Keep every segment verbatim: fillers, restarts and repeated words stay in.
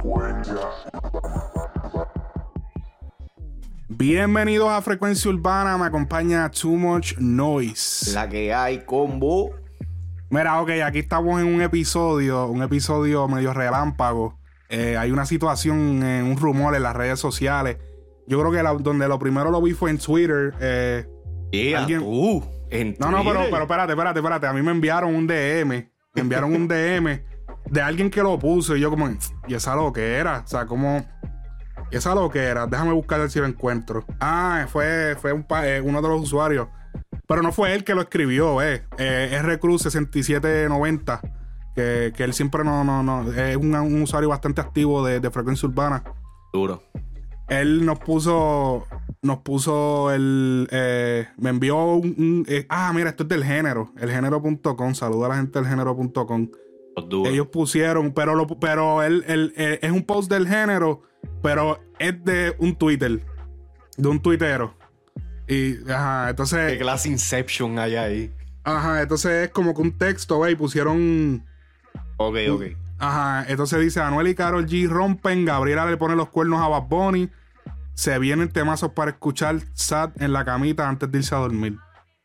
Bienvenidos a Frecuencia Urbana, me acompaña Too Much Noise. La que hay, combo. Mira, ok, aquí estamos en un episodio, un episodio medio relámpago. Eh, hay una situación, eh, un rumor en las redes sociales. Yo creo que la, donde lo primero lo vi fue en Twitter. Eh, Yeah, alguien... tú, en No, no, pero, pero espérate, espérate, espérate. A mí me enviaron un D M. Me enviaron un D M de alguien que lo puso. Y yo como, ¿y esa lo que era? O sea, como... ¿Y esa lo que era? Déjame buscar a ver si lo encuentro. Ah, fue, fue un pa eh, uno de los usuarios. Pero no fue él que lo escribió, eh. eh R Cruz sesenta y siete noventa. Que, que él siempre no, no, no. Es un, un usuario bastante activo de, de Frecuencia Urbana. Duro. Él nos puso... Nos puso el... Eh, me envió un... un eh, ah, mira, esto es del género. Elgénero punto com. Saluda a la gente del género punto com. Ellos pusieron... Pero, lo, pero él, él, él es un post del género... Pero es de un Twitter. De un tuitero. Y, ajá, entonces... ¿Qué clase Inception hay ahí? Ajá, entonces es como que un texto, güey. Pusieron... Ok, un, ok. Ajá, entonces dice... Anuel y Karol G rompen. Gabriela le pone los cuernos a Bad Bunny. Se vienen temazos para escuchar Sad en la camita antes de irse a dormir.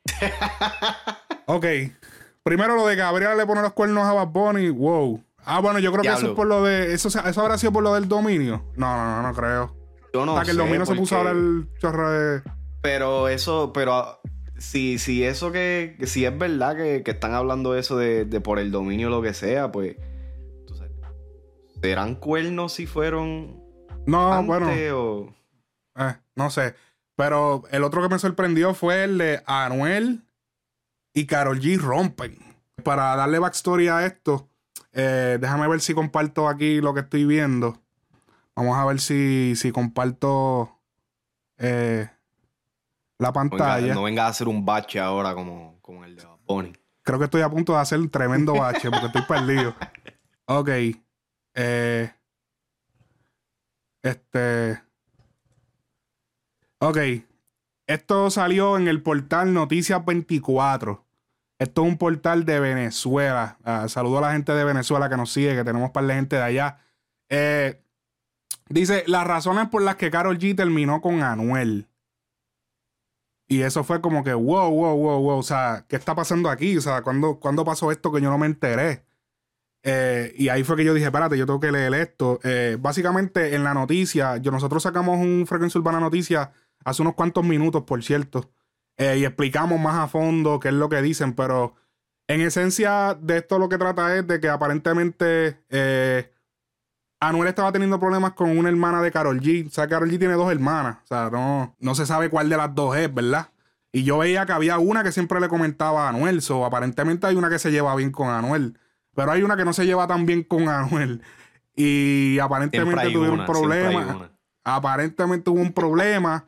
Ok. Primero lo de Gabriela le pone los cuernos a Bad Bunny. Wow. Ah, bueno, yo creo Diablo. que eso es por lo de... Eso, eso habrá sido por lo del dominio. No, no, no, no creo. Yo no o sea, que sé, el dominio se porque... puso ahora el chorro de... Pero eso, pero si, si eso que, si es verdad que, que están hablando eso de, de por el dominio o lo que sea, pues, tú sabes, ¿serán cuernos si fueron No, antes bueno, o...? eh, no sé. Pero el otro que me sorprendió fue el de Anuel y Karol G rompen. Para darle backstory a esto, eh, déjame ver si comparto aquí lo que estoy viendo. Vamos a ver si, si comparto eh, la pantalla. Venga, no venga a hacer un bache ahora como, como el de Bad Bunny. Creo que estoy a punto de hacer un tremendo bache porque estoy perdido. Ok. Eh, este... Ok. Esto salió en el portal Noticias veinticuatro. Esto es un portal de Venezuela. Uh, saludo a la gente de Venezuela que nos sigue, que tenemos par de gente de allá. Eh, dice, las razones por las que Karol G terminó con Anuel. Y eso fue como que, wow, wow, wow, wow. O sea, ¿qué está pasando aquí? O sea, ¿cuándo, ¿cuándo pasó esto que yo no me enteré? Eh, y ahí fue que yo dije, espérate, yo tengo que leer esto. Eh, básicamente, en la noticia, yo, nosotros sacamos un Frecuencia Urbana Noticia hace unos cuantos minutos, por cierto. Eh, y explicamos más a fondo qué es lo que dicen, pero en esencia de esto lo que trata es de que aparentemente eh, Anuel estaba teniendo problemas con una hermana de Karol G. O sea, Karol G tiene dos hermanas. O sea, no, no se sabe cuál de las dos es, ¿verdad? Y yo veía que había una que siempre le comentaba a Anuel. So, aparentemente hay una que se lleva bien con Anuel. Pero hay una que no se lleva tan bien con Anuel. Y aparentemente tuvieron un problema. Aparentemente hubo un problema.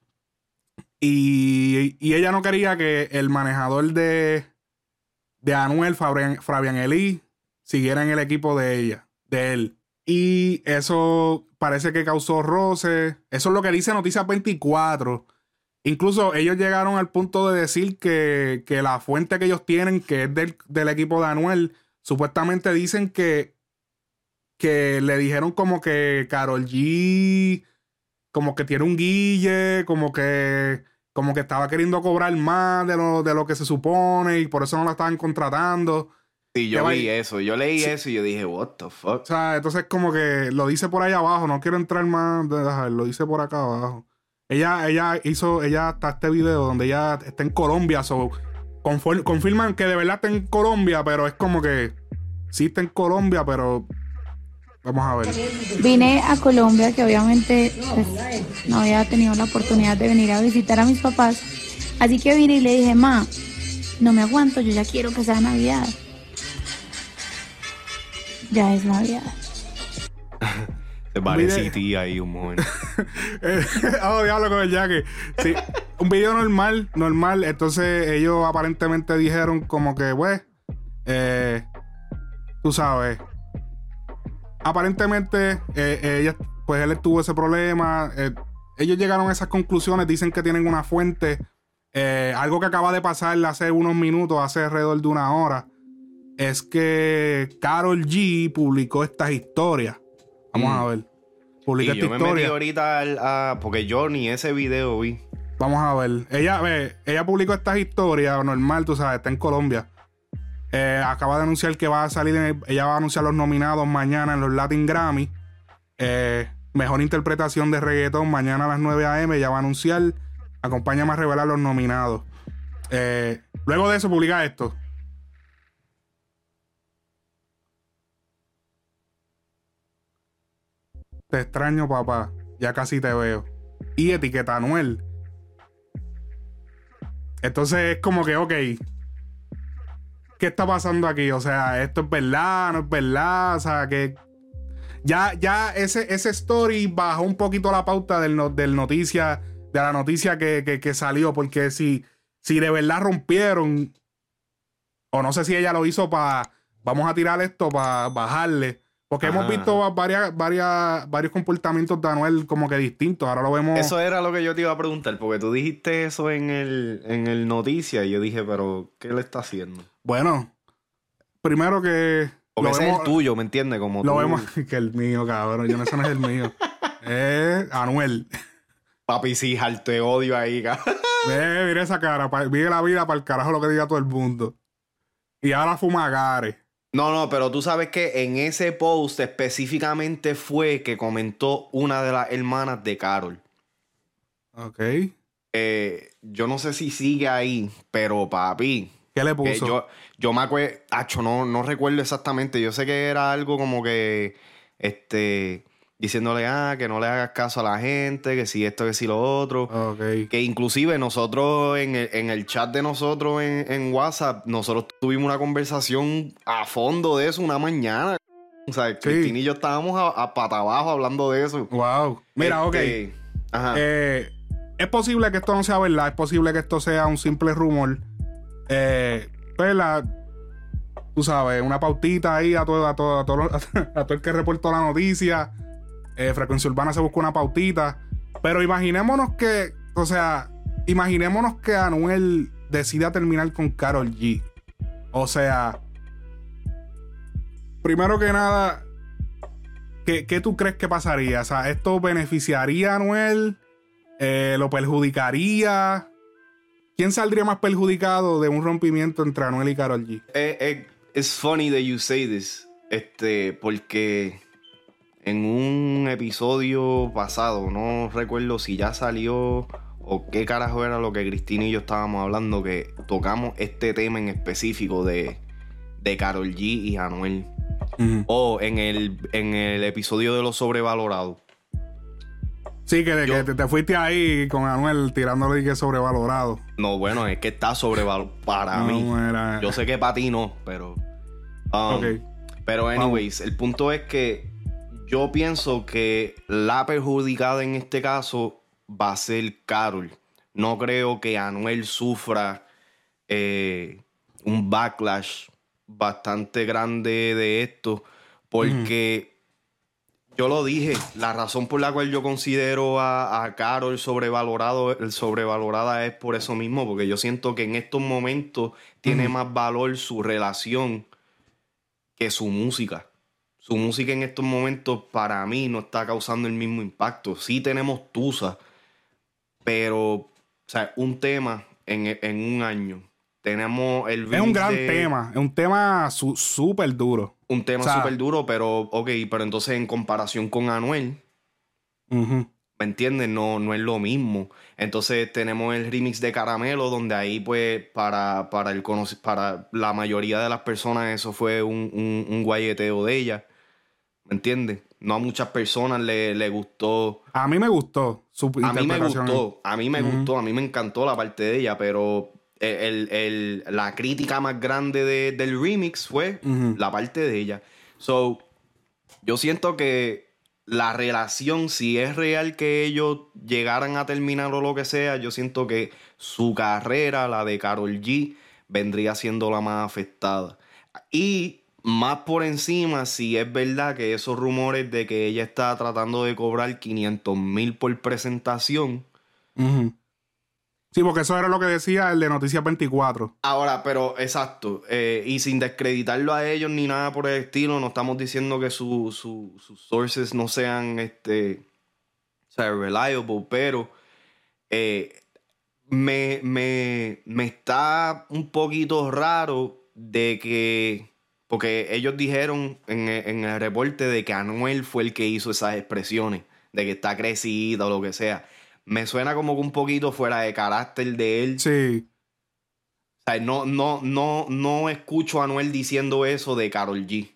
Y, y ella no quería que el manejador de, de Anuel, Fabián, Fabián Elí, siguiera en el equipo de ella, de él. Y eso parece que causó roce. Eso es lo que dice Noticias veinticuatro. Incluso ellos llegaron al punto de decir que, que la fuente que ellos tienen, que es del, del equipo de Anuel, supuestamente dicen que, que le dijeron como que Karol G... como que tiene un guille, como que como que estaba queriendo cobrar más de lo, de lo que se supone y por eso no la estaban contratando. Sí, yo Que vi va- eso. Yo leí Sí. eso y yo dije, what the fuck. O sea, entonces como que lo dice por ahí abajo, no quiero entrar más, de- lo dice por acá abajo. Ella, ella hizo, ella hasta este video donde ella está en Colombia, so, confor- confirman que de verdad está en Colombia, pero es como que sí está en Colombia, pero vamos a ver. Vine a Colombia, que obviamente pues, no había tenido la oportunidad de venir a visitar a mis papás. Así que vine y le dije, ma, no me aguanto, yo ya quiero que sea Navidad. Ya es Navidad. Se parece tía ahí un momento. Oh, diablo con el jaque. Sí, un video normal, normal. Entonces ellos aparentemente dijeron como que, pues, eh, tú sabes. Aparentemente, eh, ella, pues él tuvo ese problema. Eh, ellos llegaron a esas conclusiones. Dicen que tienen una fuente. Eh, algo que acaba de pasar hace unos minutos, hace alrededor de una hora, es que Karol G publicó estas historias. Vamos Mm. a ver. Publica Y esta yo me metí historia. ahorita al- a... Porque yo ni ese video vi. Vamos a ver. Ella, ve, ella publicó estas historias, normal, tú sabes, está en Colombia. Eh, acaba de anunciar que va a salir, en el- ella va a anunciar los nominados mañana en los Latin Grammy. Eh, mejor interpretación de reggaetón mañana a las nueve a.m. Ella va a anunciar. Acompáñame a revelar los nominados. Eh, luego de eso publica esto. Te extraño, papá. Ya casi te veo. Y etiqueta a Anuel. Entonces es como que, ok, ¿qué está pasando aquí? O sea, ¿esto es verdad? ¿No es verdad? O sea, que ya, ya ese, ese story bajó un poquito la pauta del, no- del noticia, de la noticia que, que, que salió, porque si, si de verdad rompieron, o no sé si ella lo hizo para, vamos a tirar esto para bajarle, porque Ajá. hemos visto varias, varias, varios comportamientos de Anuel como que distintos, ahora lo vemos... Eso era lo que yo te iba a preguntar, porque tú dijiste eso en el, en el noticia y yo dije, pero ¿qué le está haciendo? Bueno, primero que... Porque lo ese vemos- es el tuyo, ¿me entiendes? Como Lo tú, vemos que el mío, cabrón. Yo no, ese no es el mío. Es Anuel. papi, sí, te odio ahí, cabrón. Ve, mira esa cara. pa- Vive la vida para el carajo lo que diga todo el mundo. Y ahora fuma Gare. No, no, pero tú sabes que en ese post específicamente fue que comentó una de las hermanas de Carol. Ok. Eh, yo no sé si sigue ahí, pero papi, ¿Qué le eh, puso? yo, yo me acuerdo, acho, no, no recuerdo exactamente. Yo sé que era algo como que, este, diciéndole, ah, que no le hagas caso a la gente, que si esto, que si lo otro. Ok. Que inclusive nosotros en el, en el chat de nosotros en, en WhatsApp, nosotros tuvimos una conversación a fondo de eso una mañana. O sea, Cristina y yo estábamos a, a pata abajo hablando de eso. Wow. Mira, Este, Ajá. ok. Eh, es posible que esto no sea verdad. Es posible que esto sea un simple rumor. Eh, pues la... Tú sabes, una pautita ahí a todo, a todo, a todo, a todo el que reportó la noticia. Eh, Frecuencia Urbana se busca una pautita. Pero imaginémonos que, o sea, imaginémonos que Anuel decida terminar con Karol G. O sea, primero que nada, ¿qué, qué tú crees que pasaría? O sea, ¿esto beneficiaría a Anuel? Eh, ¿Lo perjudicaría? ¿Quién saldría más perjudicado de un rompimiento entre Anuel y Karol G? Eh, eh, it's funny that you say this. Este, porque en un episodio pasado, no recuerdo si ya salió o qué carajo era lo que Cristina y yo estábamos hablando, que tocamos este tema en específico de, de Karol G y Anuel. Uh-huh. O en el, en el episodio de los sobrevalorados. Sí, que, Yo- que te, te fuiste ahí con Anuel tirándole que es sobrevalorado. No, bueno, es que está sobrevalorado para No, mí. era- Yo sé que para ti no, pero... um, Ok. Pero anyways, el punto es que yo pienso que la perjudicada en este caso va a ser Karol. No creo que Anuel sufra eh, un backlash bastante grande de esto, porque yo lo dije, la razón por la cual yo considero a, a Karol sobrevalorado, el sobrevalorada es por eso mismo, porque yo siento que en estos momentos tiene Ujú. más valor su relación que su música. Su música en estos momentos para mí no está causando el mismo impacto. Sí tenemos Tusa, pero, o sea, un tema en, en un año. Tenemos el Es un remix gran de- tema. Es un tema su- súper duro. Un tema O sea, súper duro, pero, ok, pero entonces en comparación con Anuel, Ujú. ¿me entiendes? No, no es lo mismo. Entonces tenemos el remix de Caramelo, donde ahí pues para, para, el conoc- para la mayoría de las personas eso fue un, un, un guayeteo de ella. ¿Me entiendes? No a muchas personas le, le gustó. A mí me gustó su A mí me interpretación. gustó, a mí me Ujú. gustó, a mí me encantó la parte de ella, pero el, el- la crítica más grande de- del remix fue Ujú. la parte de ella. So, yo siento que la relación, si es real que ellos llegaran a terminar o lo que sea, yo siento que su carrera, la de Karol G, vendría siendo la más afectada. Y más por encima, si es verdad que esos rumores de que ella está tratando de cobrar quinientos mil por presentación, Ujú. Sí, porque eso era lo que decía el de Noticias veinticuatro. Ahora, pero exacto. Eh, y sin descreditarlo a ellos ni nada por el estilo, no estamos diciendo que su, su, sus sources no sean este, o sea, reliable, pero eh, me, me, me está un poquito raro de que. Porque ellos dijeron en, en el reporte de que Anuel fue el que hizo esas expresiones, de que está crecida o lo que sea. Me suena como que un poquito fuera de carácter de él. Sí. O sea, no, no, no, no escucho a Anuel diciendo eso de Karol G.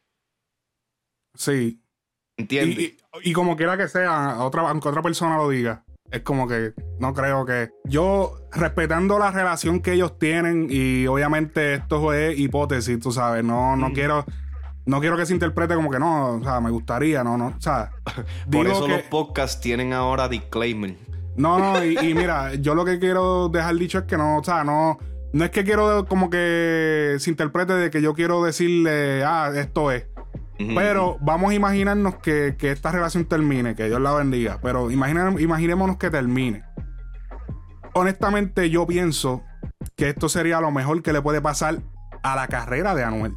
Sí. ¿Entiendes? Y, y, y como quiera que sea, otra, aunque otra persona lo diga, es como que no creo que... Yo, respetando la relación que ellos tienen, y obviamente esto es hipótesis, tú sabes, no, no mm. quiero... No quiero que se interprete como que no, o sea, me gustaría, no, no, o sea... Por eso que, los podcasts tienen ahora disclaimer. No, no, y, y mira, yo lo que quiero dejar dicho es que no, o sea, no... No es que quiero como que se interprete de que yo quiero decirle, ah, esto es. Uh-huh. Pero vamos a imaginarnos que, que esta relación termine, que Dios la bendiga. Pero imagine, imaginémonos que termine. Honestamente, yo pienso que esto sería lo mejor que le puede pasar a la carrera de Anuel.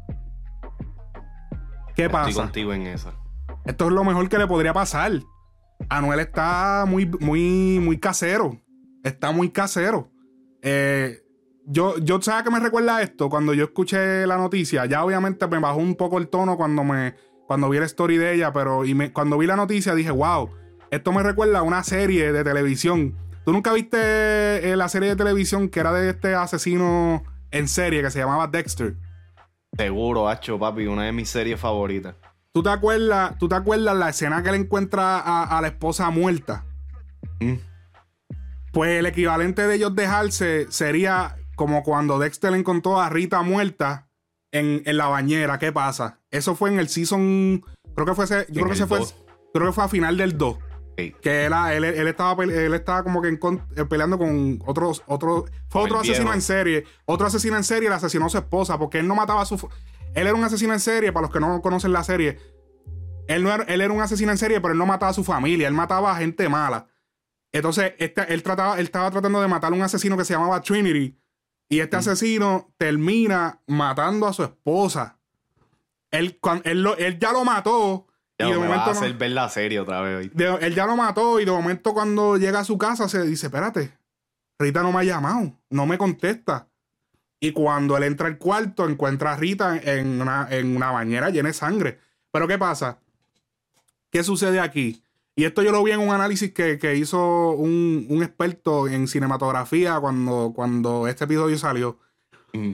¿Qué Estoy pasa? Estoy contigo en esa. Esto es lo mejor que le podría pasar. Anuel está muy, muy, muy casero. Está muy casero. Eh, yo, yo, ¿sabes qué me recuerda esto? Cuando yo escuché la noticia, ya obviamente me bajó un poco el tono cuando me, cuando vi la story de ella, pero y me, cuando vi la noticia dije, wow, esto me recuerda a una serie de televisión. ¿Tú nunca viste eh, la serie de televisión que era de este asesino en serie que se llamaba Dexter? Seguro, hacho, papi, una de mis series favoritas. ¿Tú te acuerdas, ¿tú te acuerdas la escena que le encuentra a, a la esposa muerta? Mm. Pues el equivalente de ellos dejarse sería como cuando Dexter le encontró a Rita muerta en, en la bañera. ¿Qué pasa? Eso fue en el season... Creo que fue ese, yo creo que, se fue, creo que fue a final del dos. Okay. Que era, él, él, estaba, él estaba como que en, peleando con otros... Otro, fue otro asesino viejo. en serie. Otro asesino en serie le asesinó a su esposa porque él no mataba a su... Él era un asesino en serie, para los que no conocen la serie. Él, no era, él era un asesino en serie, pero él no mataba a su familia. Él mataba a gente mala. Entonces, este, él, trataba, él estaba tratando de matar a un asesino que se llamaba Trinity. Y este mm. asesino termina matando a su esposa. Él, cuando, él, lo, él ya lo mató. Ya, y de me momento va a hacer no, ver la serie otra vez. De, él ya lo mató y de momento cuando llega a su casa se dice, espérate, Rita no me ha llamado, no me contesta. Y cuando él entra al cuarto encuentra a Rita en una, en una bañera llena de sangre. Pero ¿qué pasa? ¿Qué sucede aquí? Y esto yo lo vi en un análisis que, que hizo un, un experto en cinematografía cuando, cuando este episodio salió. Mm.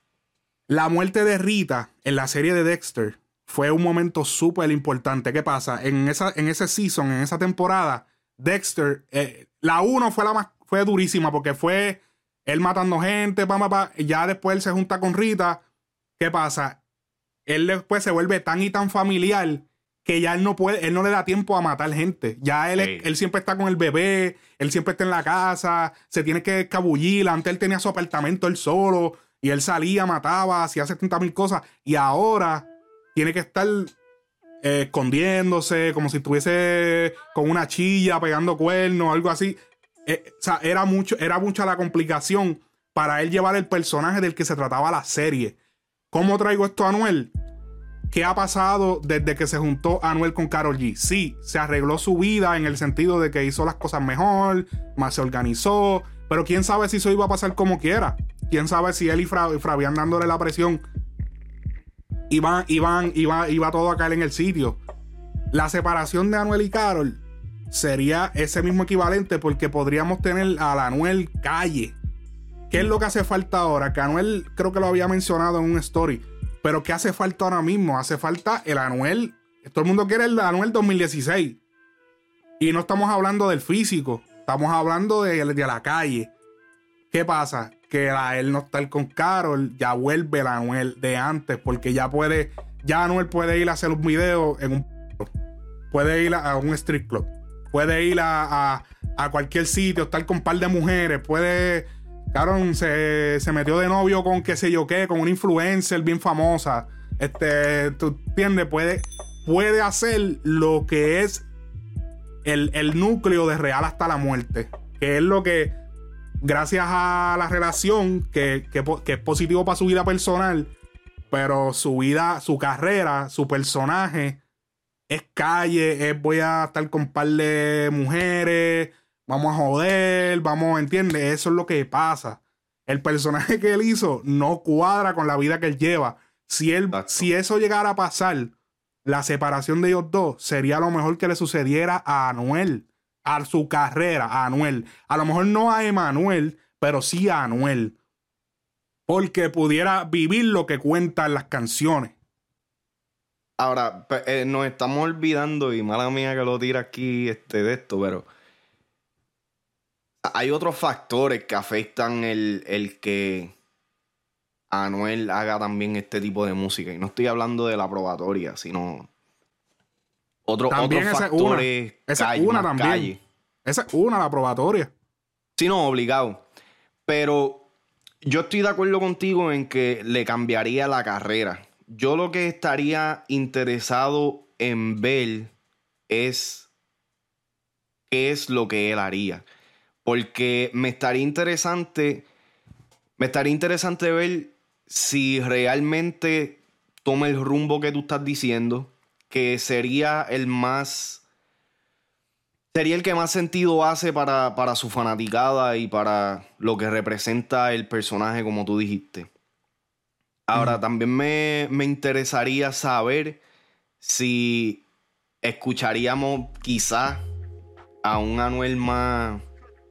La muerte de Rita en la serie de Dexter fue un momento súper importante. ¿Qué pasa? En, esa, en ese season, en esa temporada, Dexter, eh, la uno fue la más, fue durísima porque fue él matando gente, pa, pa, pa. Ya después él se junta con Rita. ¿Qué pasa? Él después se vuelve tan y tan familiar que ya él no puede, él no le da tiempo a matar gente. Ya él, sí. él siempre está con el bebé, él siempre está en la casa, se tiene que escabullir. Antes él tenía su apartamento él solo y él salía, mataba, hacía setenta mil cosas. Y ahora tiene que estar eh, escondiéndose, como si estuviese con una chilla, pegando cuernos, algo así. Eh, o sea, era, mucho, era mucha la complicación para él llevar el personaje del que se trataba la serie. ¿Cómo traigo esto a Anuel? ¿Qué ha pasado desde que se juntó Anuel con Karol G? Sí, se arregló su vida en el sentido de que hizo las cosas mejor, más se organizó, pero quién sabe si eso iba a pasar como quiera. Quién sabe si él y, Fra, y Fabián dándole la presión iban, iban, iba, iba todo a caer en el sitio. La separación de Anuel y Karol sería ese mismo equivalente porque podríamos tener a la Anuel calle. ¿Qué es lo que hace falta ahora? Que Anuel creo que lo había mencionado en un story. Pero ¿qué hace falta ahora mismo? Hace falta el Anuel. Todo el mundo quiere el Anuel dos mil dieciséis. Y no estamos hablando del físico. Estamos hablando de, de la calle. ¿Qué pasa? Que la, él no está con Karol. Ya vuelve el Anuel de antes. Porque ya puede... Ya Anuel puede ir a hacer un video en un... Puede ir a, a un street club. Puede ir a, a, a cualquier sitio. Estar con un par de mujeres. Puede... Cabrón, se, se metió de novio con qué sé yo qué, con una influencer bien famosa. Este, tú entiendes, puede, puede hacer lo que es el, el núcleo de Real hasta la muerte. Que es lo que gracias a la relación que, que, que es positivo para su vida personal, pero su vida, su carrera, su personaje es calle, es voy a estar con un par de mujeres, vamos a joder, vamos, ¿entiendes? Eso es lo que pasa. El personaje que él hizo no cuadra con la vida que él lleva. Si él, si eso llegara a pasar, la separación de ellos dos sería lo mejor que le sucediera a Anuel, a su carrera, a Anuel. A lo mejor no a Emanuel, pero sí a Anuel. Porque pudiera vivir lo que cuentan las canciones. Ahora, eh, nos estamos olvidando, y mala mía que lo tira aquí este, de esto, pero hay otros factores que afectan el, el que Anuel haga también este tipo de música. Y no estoy hablando de la probatoria, sino otro, otros factores. Esa es una también. Calle. Esa es una, la probatoria. Sí, no, obligado. Pero yo estoy de acuerdo contigo en que le cambiaría la carrera. Yo lo que estaría interesado en ver es qué es lo que él haría. Porque me estaría interesante, me estaría interesante ver si realmente toma el rumbo que tú estás diciendo, que sería el más, sería el que más sentido hace para, para su fanaticada y para lo que representa el personaje, como tú dijiste. Ahora, mm. también me, me interesaría saber si escucharíamos quizás a un Anuel más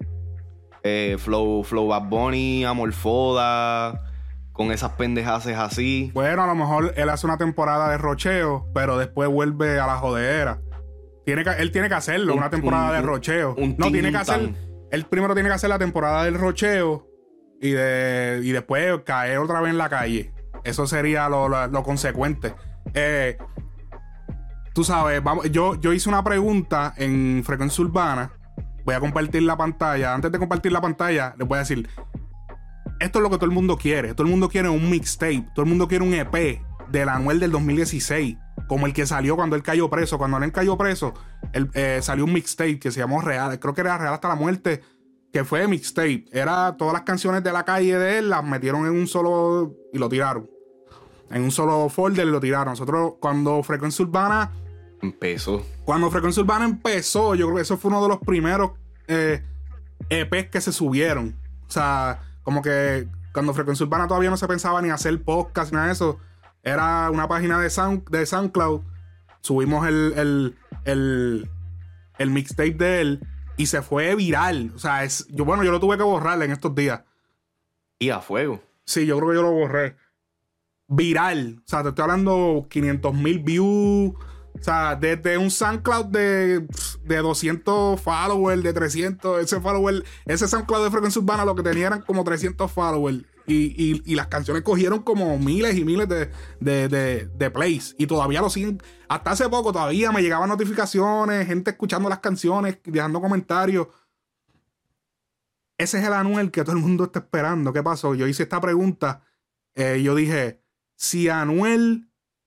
eh, flow, flow Bad Bunny, Amorfoda, con esas pendejaces así. Bueno, a lo mejor él hace una temporada de rocheo, pero después vuelve a la jodera. Tiene que, él tiene que hacerlo, un, una temporada un, de rocheo. Un no, tiene que hacer. Él primero tiene que hacer la temporada del rocheo y, de, y después caer otra vez en la calle. Eso sería lo, lo, lo consecuente. Eh, tú sabes, vamos, yo, yo hice una pregunta en Frecuencia Urbana. Voy a compartir la pantalla. Antes de compartir la pantalla, les voy a decir: esto es lo que todo el mundo quiere. Todo el mundo quiere un mixtape. Todo el mundo quiere un E P del Anuel del dos mil dieciséis. Como el que salió cuando él cayó preso. Cuando él cayó preso, él, eh, salió un mixtape que se llamó Real. Creo que era Real hasta la muerte. Que fue mixtape. Era todas las canciones de la calle de él. Las metieron en un solo... y lo tiraron. En un solo folder y lo tiraron. Nosotros, cuando Frecuencia Urbana... Empezó. Cuando Frecuencia Urbana empezó, yo creo que eso fue uno de los primeros eh, E Pes que se subieron. O sea... Como que cuando Frecuencia Urbana todavía no se pensaba ni hacer podcast ni nada de eso. Era una página de, Sound, de SoundCloud. Subimos el, el, el, el mixtape de él y se fue viral. O sea, es, yo, bueno, yo lo tuve que borrar en estos días. ¿Y a fuego? Sí, yo creo que yo lo borré. Viral. O sea, te estoy hablando quinientos mil views. O sea, desde un SoundCloud de, de doscientos followers, de trescientos, ese follower, ese SoundCloud de Frecuencia Urbana lo que tenía eran como trescientos followers. Y, y, y las canciones cogieron como miles y miles de, de, de, de plays. Y todavía lo siguen. Hasta hace poco todavía me llegaban notificaciones, gente escuchando las canciones, dejando comentarios. Ese es el Anuel que todo el mundo está esperando. ¿Qué pasó? Yo hice esta pregunta. Eh, yo dije, si Anuel...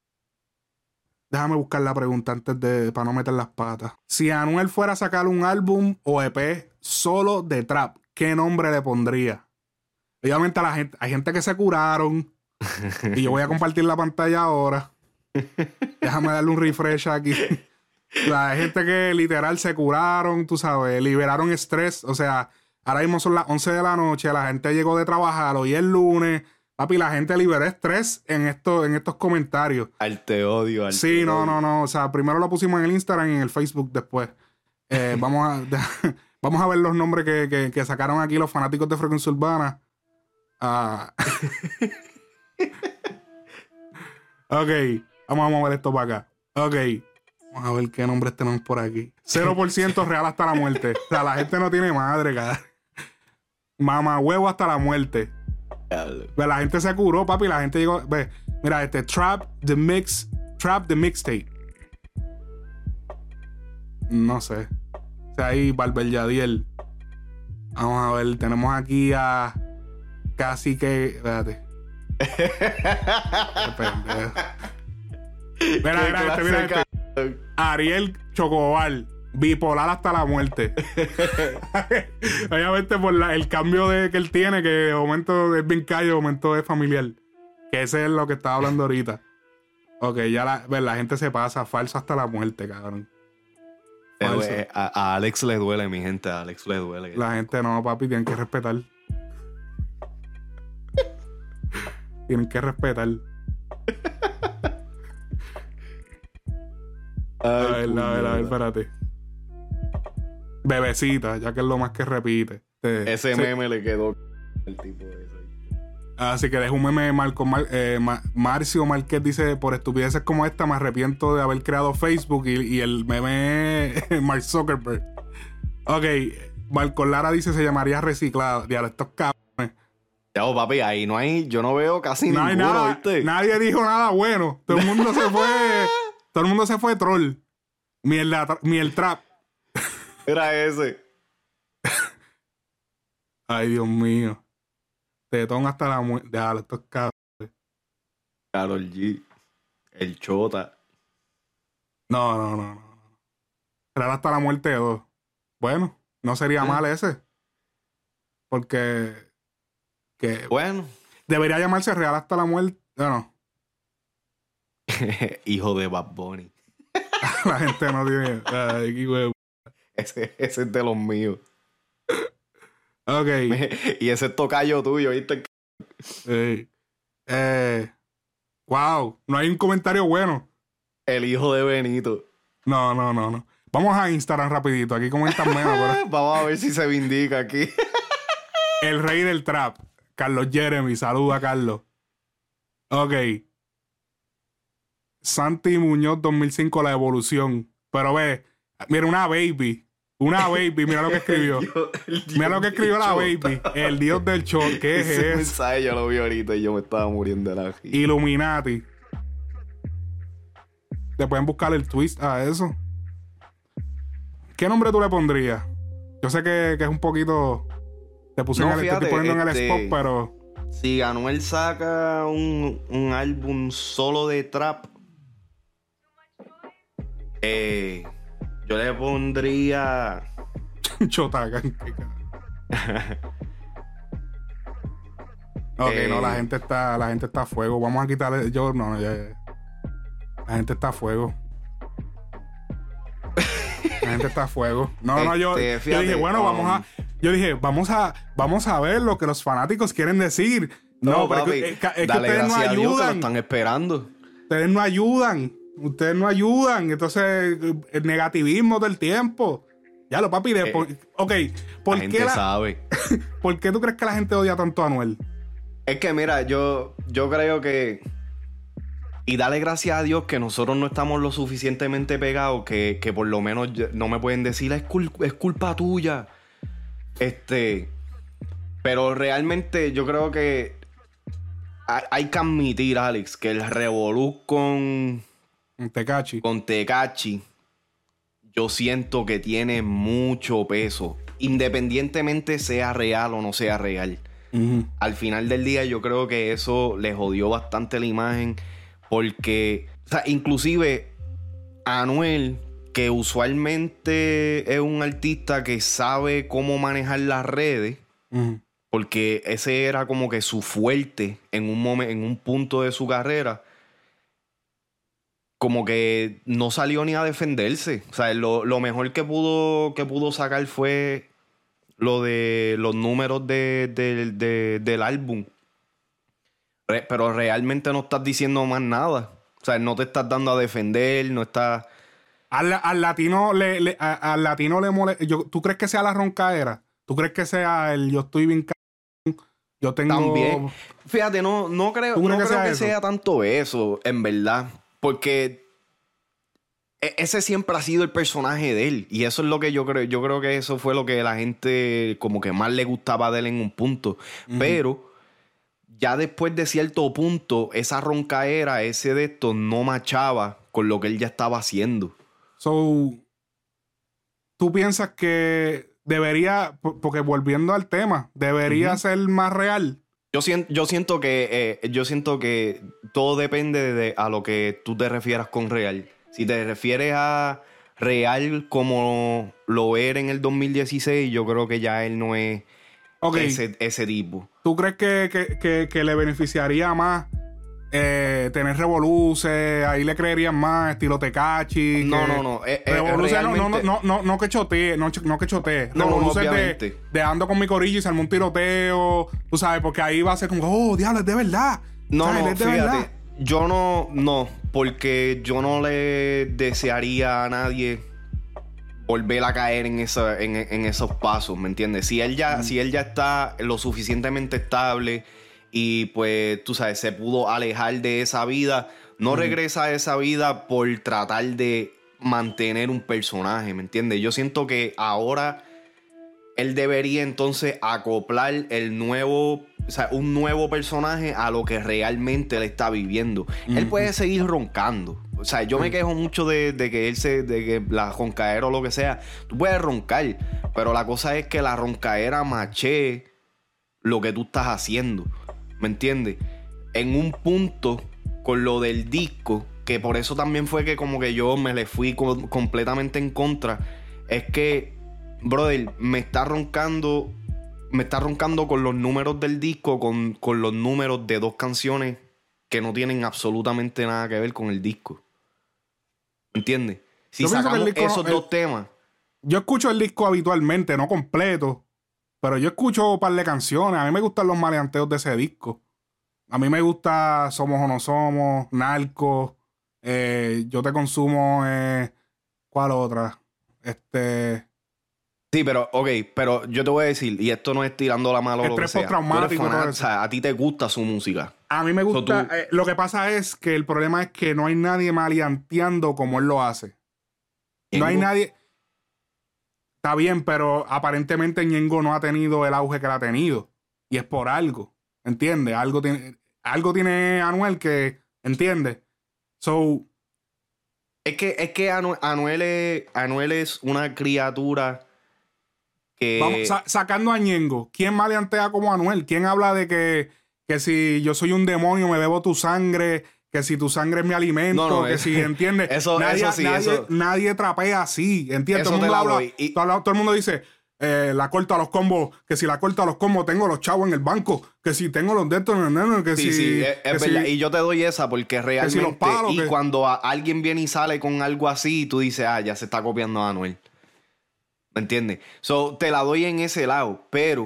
Déjame buscar la pregunta antes de... para no meter las patas. Si Anuel fuera a sacar un álbum o E P solo de trap, ¿qué nombre le pondría? Obviamente a la gente, hay gente que se curaron. Y yo voy a compartir la pantalla ahora. Déjame darle un refresh aquí. O sea, hay gente que literal se curaron, tú sabes, liberaron estrés. O sea, ahora mismo son las once de la noche, la gente llegó de trabajar, hoy es lunes. Papi, la gente liberó estrés en, esto, en estos comentarios. Al te odio, al Sí, te no, odio. no, no. O sea, primero lo pusimos en el Instagram y en el Facebook después. Eh, vamos, a, de, vamos a ver los nombres que, que, que sacaron aquí los fanáticos de Frecuencia Urbana. Ah. Ok, vamos a mover esto para acá. Ok, vamos a ver qué nombres tenemos por aquí. cero por ciento real hasta la muerte. O sea, la gente no tiene madre, cara. Mamá huevo hasta la muerte. Ve, la gente se curó, papi. La gente llegó. Ve, mira, este Trap the Mix. Trap the Mixtape. No sé. O sea, ahí Barber Yadiel. Vamos a ver. Tenemos aquí a. Casi que. Espérate. Qué pendejo. Mira, mira este, mira este. Ariel Chocobal. bipolar hasta la muerte. Obviamente por la, el cambio de, que él tiene, que de momento es bien calle, de momento es familiar. Que ese es lo que estaba hablando ahorita. Ok, ya la, ver, la gente se pasa falso hasta la muerte, cabrón. Falso. A, a Alex le duele, mi gente. A Alex le duele. La gente no, papi, tienen que respetar. Tienen que respetar. Ay, a ver, a ver, a ver, espérate. Bebecita, ya que es lo más que repite. Ese sí. meme le quedó el tipo ese. Así que dejo un meme de Marco Mar, eh, Mar, Marcio Márquez dice: por estupideces como esta me arrepiento de haber creado Facebook. Y, y el meme es Mark Zuckerberg. Ok, Marco Lara dice: se llamaría reciclado. Diablo, estos cabrones. Ya, oh, papi, ahí no hay, yo no veo casi no ninguno, hay nada, ¿viste? Nadie dijo nada bueno. Todo el mundo se fue. Todo el mundo se fue troll. Mierda, miel trap. Era ese. Ay, Dios mío. Tetón hasta la muerte. Déjalo, estos cabrones. Karol G. El Chota. No, no, no, no. Será hasta la muerte de dos. Bueno, no sería ¿Sí? mal ese. Porque. Que Bueno. debería llamarse Real hasta la muerte. No, no. Hijo de Bad Bunny. La gente no tiene. Ay, qué huevo. Ese, ese es de los míos. Ok. Y ese es tocayo tuyo, ¿viste? Hey. Eh, wow. No hay un comentario bueno. El hijo de Benito. No, no, no, no. Vamos a Instagram rapidito. Aquí comentan menos. Pero... Vamos a ver si se vindica aquí. El rey del trap. Carlos Jeremy. Saluda, Carlos. Ok. Santi Muñoz dos mil cinco, La Evolución. Pero ve, mira, una baby. Una baby, mira lo que escribió. El dios, el dios mira lo que escribió la baby. El dios del short. ¿Qué es ese eso? mensaje yo lo vi ahorita y yo me estaba muriendo de la risa. Illuminati. Te pueden buscar el twist a eso. ¿Qué nombre tú le pondrías? Yo sé que, que es un poquito... Te puse no, en el, fíjate, te estoy poniendo este, en el spot, pero... Si Anuel saca un, un álbum solo de trap, eh, yo le pondría... Chotacan. Ok, eh, no, la gente está, la gente está a fuego. Vamos a quitarle... Yo, no, ya, ya. La gente está a fuego. La gente está a fuego. No, no, yo, este, fíjate, yo dije, bueno, um, vamos a... Yo dije, vamos a, vamos a ver lo que los fanáticos quieren decir. No, No, pero papi, es que, es que dale ustedes no gracias a Dios que lo ayudan. están esperando. Ustedes no ayudan. Ustedes no ayudan. Entonces, el negativismo del tiempo. Ya lo, papi. De, Eh, por, ok, ¿por la qué gente la, sabe. ¿por qué tú crees que la gente odia tanto a Anuel? Es que mira, yo, yo creo que... Y dale gracias a Dios que nosotros no estamos lo suficientemente pegados que, que por lo menos no me pueden decir es, cul- es culpa tuya. Este... Pero realmente yo creo que hay, hay que admitir, Alex, que el revolú con... Tecachi. Con Tekashi, yo siento que tiene mucho peso. Independientemente sea real o no sea real. Uh-huh. Al final del día yo creo que eso le jodió bastante la imagen. Porque, o sea, inclusive Anuel, que usualmente es un artista que sabe cómo manejar las redes, Uh-huh. porque ese era como que su fuerte en un momento, en un punto de su carrera, como que no salió ni a defenderse. O sea, lo, lo mejor que pudo, que pudo sacar fue lo de los números de, de, de, del álbum. Re, pero realmente no estás diciendo más nada. O sea, no te estás dando a defender, no estás... Al, al latino le, le a, al latino le molesta. ¿Tú crees que sea la roncaera? ¿Tú crees que sea el yo estoy bien c... Yo tengo... También. Fíjate, no, no creo, no que, creo sea, que eso? sea tanto eso, en verdad. Porque ese siempre ha sido el personaje de él. Y eso es lo que yo creo. Yo creo que eso fue lo que la gente como que más le gustaba de él en un punto. Uh-huh. Pero ya después de cierto punto, esa roncaera, ese de esto, no machaba con lo que él ya estaba haciendo. So, ¿tú piensas que debería, porque volviendo al tema, debería uh-huh. ser más real? Yo siento, yo siento que eh, yo siento que todo depende de a lo que tú te refieras con real. Si te refieres a real como lo era en el dos mil dieciséis, yo creo que ya él no es okay. ese, ese tipo. ¿Tú crees que, que, que, que le beneficiaría más eh, tener Revoluce? Ahí le creerían más, estilo Tecachi. No, no, no. Eh, Revoluce eh, realmente... no, no, no, no, no que chotee, no, no que chotee. No, Revoluce no, de, de ando con mi corillo y se armó un tiroteo. Tú sabes, porque ahí va a ser como, oh, diablo, es de verdad. No, ¿sabes? no, es de fíjate. verdad. Yo no, no, porque yo no le desearía a nadie volver a caer en, esa, en, en esos pasos, ¿me entiendes? Si él ya, mm. si él ya está lo suficientemente estable y pues, tú sabes, se pudo alejar de esa vida, no mm. regresa a esa vida por tratar de mantener un personaje, ¿me entiendes? Yo siento que ahora él debería entonces acoplar el nuevo, o sea, un nuevo personaje a lo que realmente él está viviendo. Mm-hmm. Él puede seguir roncando. O sea, yo mm. me quejo mucho de, de que él se, de que la roncaera o lo que sea. Tú puedes roncar, pero la cosa es que la roncaera maché lo que tú estás haciendo. ¿Me entiendes? En un punto con lo del disco, que por eso también fue que como que yo me le fui co- completamente en contra, es que brother, me está roncando. Me está roncando con los números del disco, con, con los números de dos canciones que no tienen absolutamente nada que ver con el disco. ¿Entiendes? Si sacamos esos no, dos el, temas. Yo escucho el disco habitualmente, no completo. Pero yo escucho un par de canciones. A mí me gustan los maleanteos de ese disco. A mí me gusta Somos o No Somos, Narco. Eh, yo te consumo. Eh, ¿Cuál otra? Este. Sí, pero, ok, pero yo te voy a decir, y esto no es tirando la mano o lo que sea. Traumático, fan, o sea, a ti te gusta su música. A mí me gusta. So, tú... eh, lo que pasa es que el problema es que no hay nadie maleanteando como él lo hace. No hay nadie. Está bien, pero aparentemente Ñengo no ha tenido el auge que él ha tenido. Y es por algo. ¿Entiendes? Algo tiene, algo tiene Anuel que. ¿Entiendes? So. Es que, es que Anuel, Anuel, es, Anuel es una criatura. Que... Vamos, sa- sacando a Ñengo, ¿quién maleantea como Anuel? ¿Quién habla de que, que si yo soy un demonio me bebo tu sangre, que si tu sangre es mi alimento, no, no, que es... si, ¿entiendes? Eso, nadie, eso sí, nadie, eso... nadie trapea así, ¿entiendes? Todo el mundo habla, y... todo, todo el mundo dice, eh, la corta a los combos, que si la corta a los combos tengo los chavos en el banco, que si tengo los dedos en el neno, que sí, si... Sí, es, es verdad, si, y yo te doy esa porque realmente... Si los palos, y que... cuando a, alguien viene y sale con algo así, tú dices, ah, ya se está copiando a Anuel. ¿Me entiendes? So, te la doy en ese lado, pero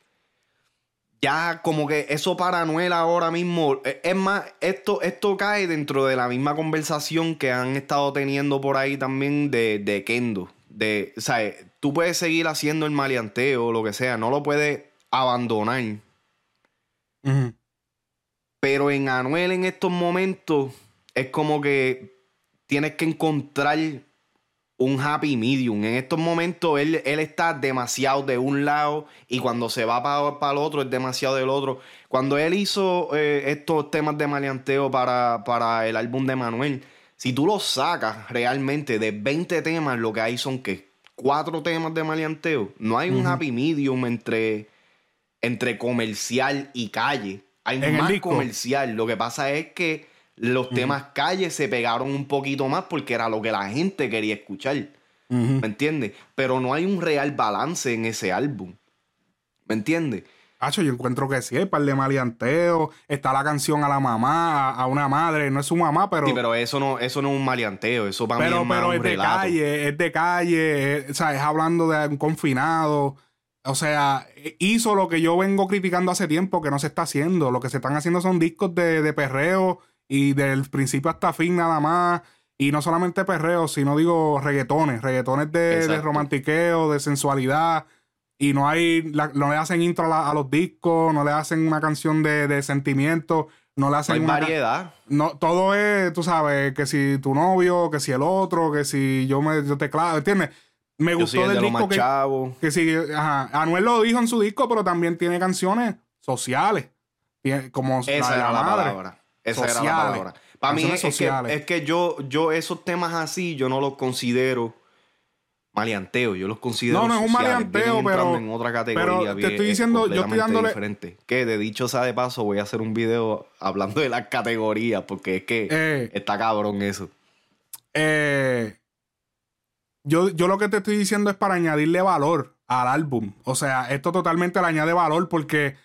ya como que eso para Anuel ahora mismo, es más, esto, esto cae dentro de la misma conversación que han estado teniendo por ahí también de, de Kendo. De, o sea, tú puedes seguir haciendo el maleanteo o lo que sea, no lo puedes abandonar. Uh-huh. Pero en Anuel en estos momentos es como que tienes que encontrar un happy medium. En estos momentos él, él está demasiado de un lado y cuando se va para pa el otro es demasiado del otro. Cuando él hizo eh, estos temas de maleanteo para, para el álbum de Manuel, si tú los sacas realmente de veinte temas, lo que hay son que cuatro temas de maleanteo. No hay uh-huh. un happy medium entre, entre comercial y calle. Hay más comercial. Lo que pasa es que los uh-huh. temas calle se pegaron un poquito más porque era lo que la gente quería escuchar. Uh-huh. ¿Me entiendes? Pero no hay un real balance en ese álbum. ¿Me entiendes? Hacho, yo encuentro que sí, hay par de maleanteo. Está la canción a la mamá, a, a una madre. No es su mamá, pero... Sí, pero eso no, eso no es un maleanteo. Eso para pero, mí es más pero un es de relato. calle, es de calle. Es, o sea, es hablando de un confinado. O sea, hizo lo que yo vengo criticando hace tiempo que no se está haciendo. Lo que se están haciendo son discos de, de perreo y del principio hasta fin nada más. Y no solamente perreo, sino digo reggaetones. Reggaetones de, de romantiqueo, de sensualidad. Y no hay, la, no le hacen intro a, la, a los discos, no le hacen una canción de, de sentimiento, no le hacen no hay una variedad. No, todo es, tú sabes, que si tu novio, que si el otro, que si yo me yo te clavo, ¿entiendes? Me yo gustó del de disco que, chavo. que si, ajá, Anuel lo dijo en su disco, pero también tiene canciones sociales, tiene, como esa la de era la la madre. palabra. Esa sociales, era la palabra. Para mí es, es, que, es que yo, yo esos temas así, yo no los considero maleanteo, yo los considero no, no es un maleanteo, pero en otra categoría, pero te estoy diciendo, yo estoy dándole diferente. Que de dicho sea de paso, voy a hacer un video hablando de las categorías, porque es que eh, está cabrón eso. Eh, yo, yo lo que te estoy diciendo es para añadirle valor al álbum. O sea, esto totalmente le añade valor porque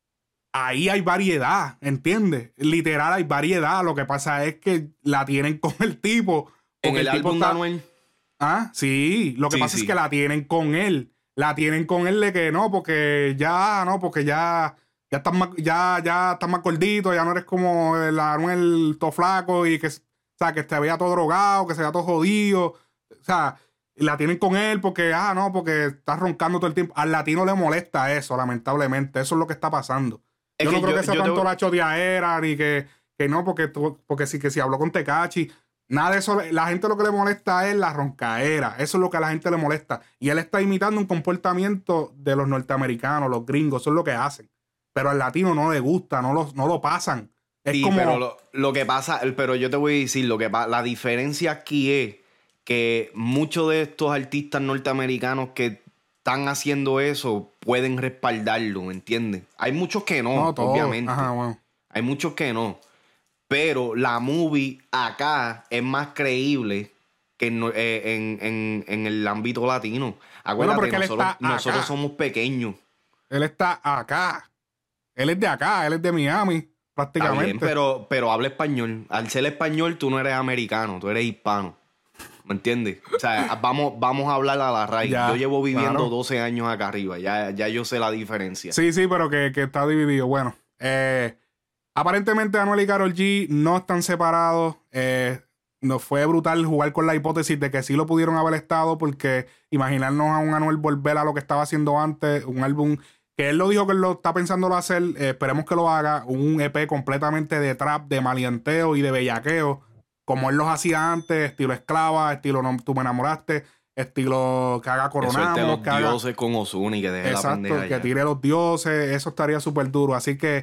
ahí hay variedad, ¿entiendes? Literal hay variedad. Lo que pasa es que la tienen con el tipo. En el, el tipo álbum está... de Anuel. Ah, sí. Lo que Sí, pasa sí. es que la tienen con él. La tienen con él de que no, porque ya, no, porque ya, ya estás más, ya, ya estás más gordito, ya no eres como el Anuel todo flaco y que, o sea, que te veía todo drogado, que se veía todo jodido. O sea, la tienen con él porque, ah, no, porque estás roncando todo el tiempo. Al latino le molesta eso, lamentablemente. Eso es lo que está pasando. Es yo que no creo yo- que sea yo tanto te- la choteadera, ni que, que no, porque, tú- porque sí, que si habló con Tecachi. Nada de eso. La gente lo que le molesta es la roncaera. Eso es lo que a la gente le molesta. Y él está imitando un comportamiento de los norteamericanos, los gringos. Eso es lo que hacen. Pero al latino no le gusta, no lo, no lo pasan. Es Sí, como... pero lo, lo que pasa, pero yo te voy a decir, lo que pa- la diferencia aquí es que muchos de estos artistas norteamericanos que están haciendo eso pueden respaldarlo, ¿me entiendes? Hay muchos que no, no, todo. obviamente. Ajá, bueno. Hay muchos que no. Pero la movie acá es más creíble que en, eh, en- en- en el ámbito latino. Acuérdate, porque él nosotros, está nosotros acá. somos pequeños. Él está acá. Él es de acá. Él es de Miami, Está prácticamente. bien, pero, pero habla español. Al ser español, tú no eres americano, tú eres hispano. ¿Me entiendes? O sea, vamos, vamos a hablar a la raíz. Ya, Yo llevo viviendo claro. doce años acá arriba. Ya, ya yo sé la diferencia. Sí, sí, pero que, que está dividido. Bueno, eh, aparentemente Anuel y Karol G no están separados. Eh, nos fue brutal jugar con la hipótesis de que sí lo pudieron haber estado, porque imaginarnos a un Anuel volver a lo que estaba haciendo antes, un álbum que él lo dijo que él lo está pensando hacer, eh, esperemos que lo haga, un E P completamente de trap, de maleanteo y de bellaqueo, como él los hacía antes, estilo Esclava, estilo No, Tú Me Enamoraste, estilo que haga Que suelte Coronamos, los que haga... dioses con Ozuna y que deje la Exacto, pendeja que ya. tire los dioses, eso estaría súper duro. Así que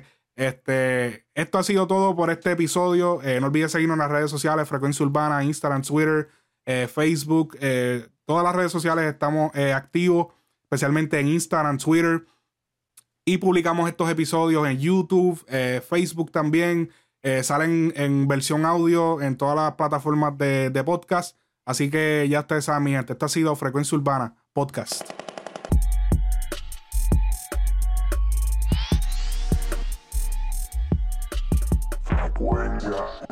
este, esto ha sido todo por este episodio. Eh, no olvides seguirnos en las redes sociales, Frecuencia Urbana, Instagram, Twitter, eh, Facebook, eh, todas las redes sociales estamos eh, activos, especialmente en Instagram, Twitter. Y publicamos estos episodios en YouTube, eh, Facebook también. Eh, salen en versión audio en todas las plataformas de, de podcast. Así que ya ustedes saben, mi gente. Esto ha sido Frecuencia Urbana Podcast. Frecuencia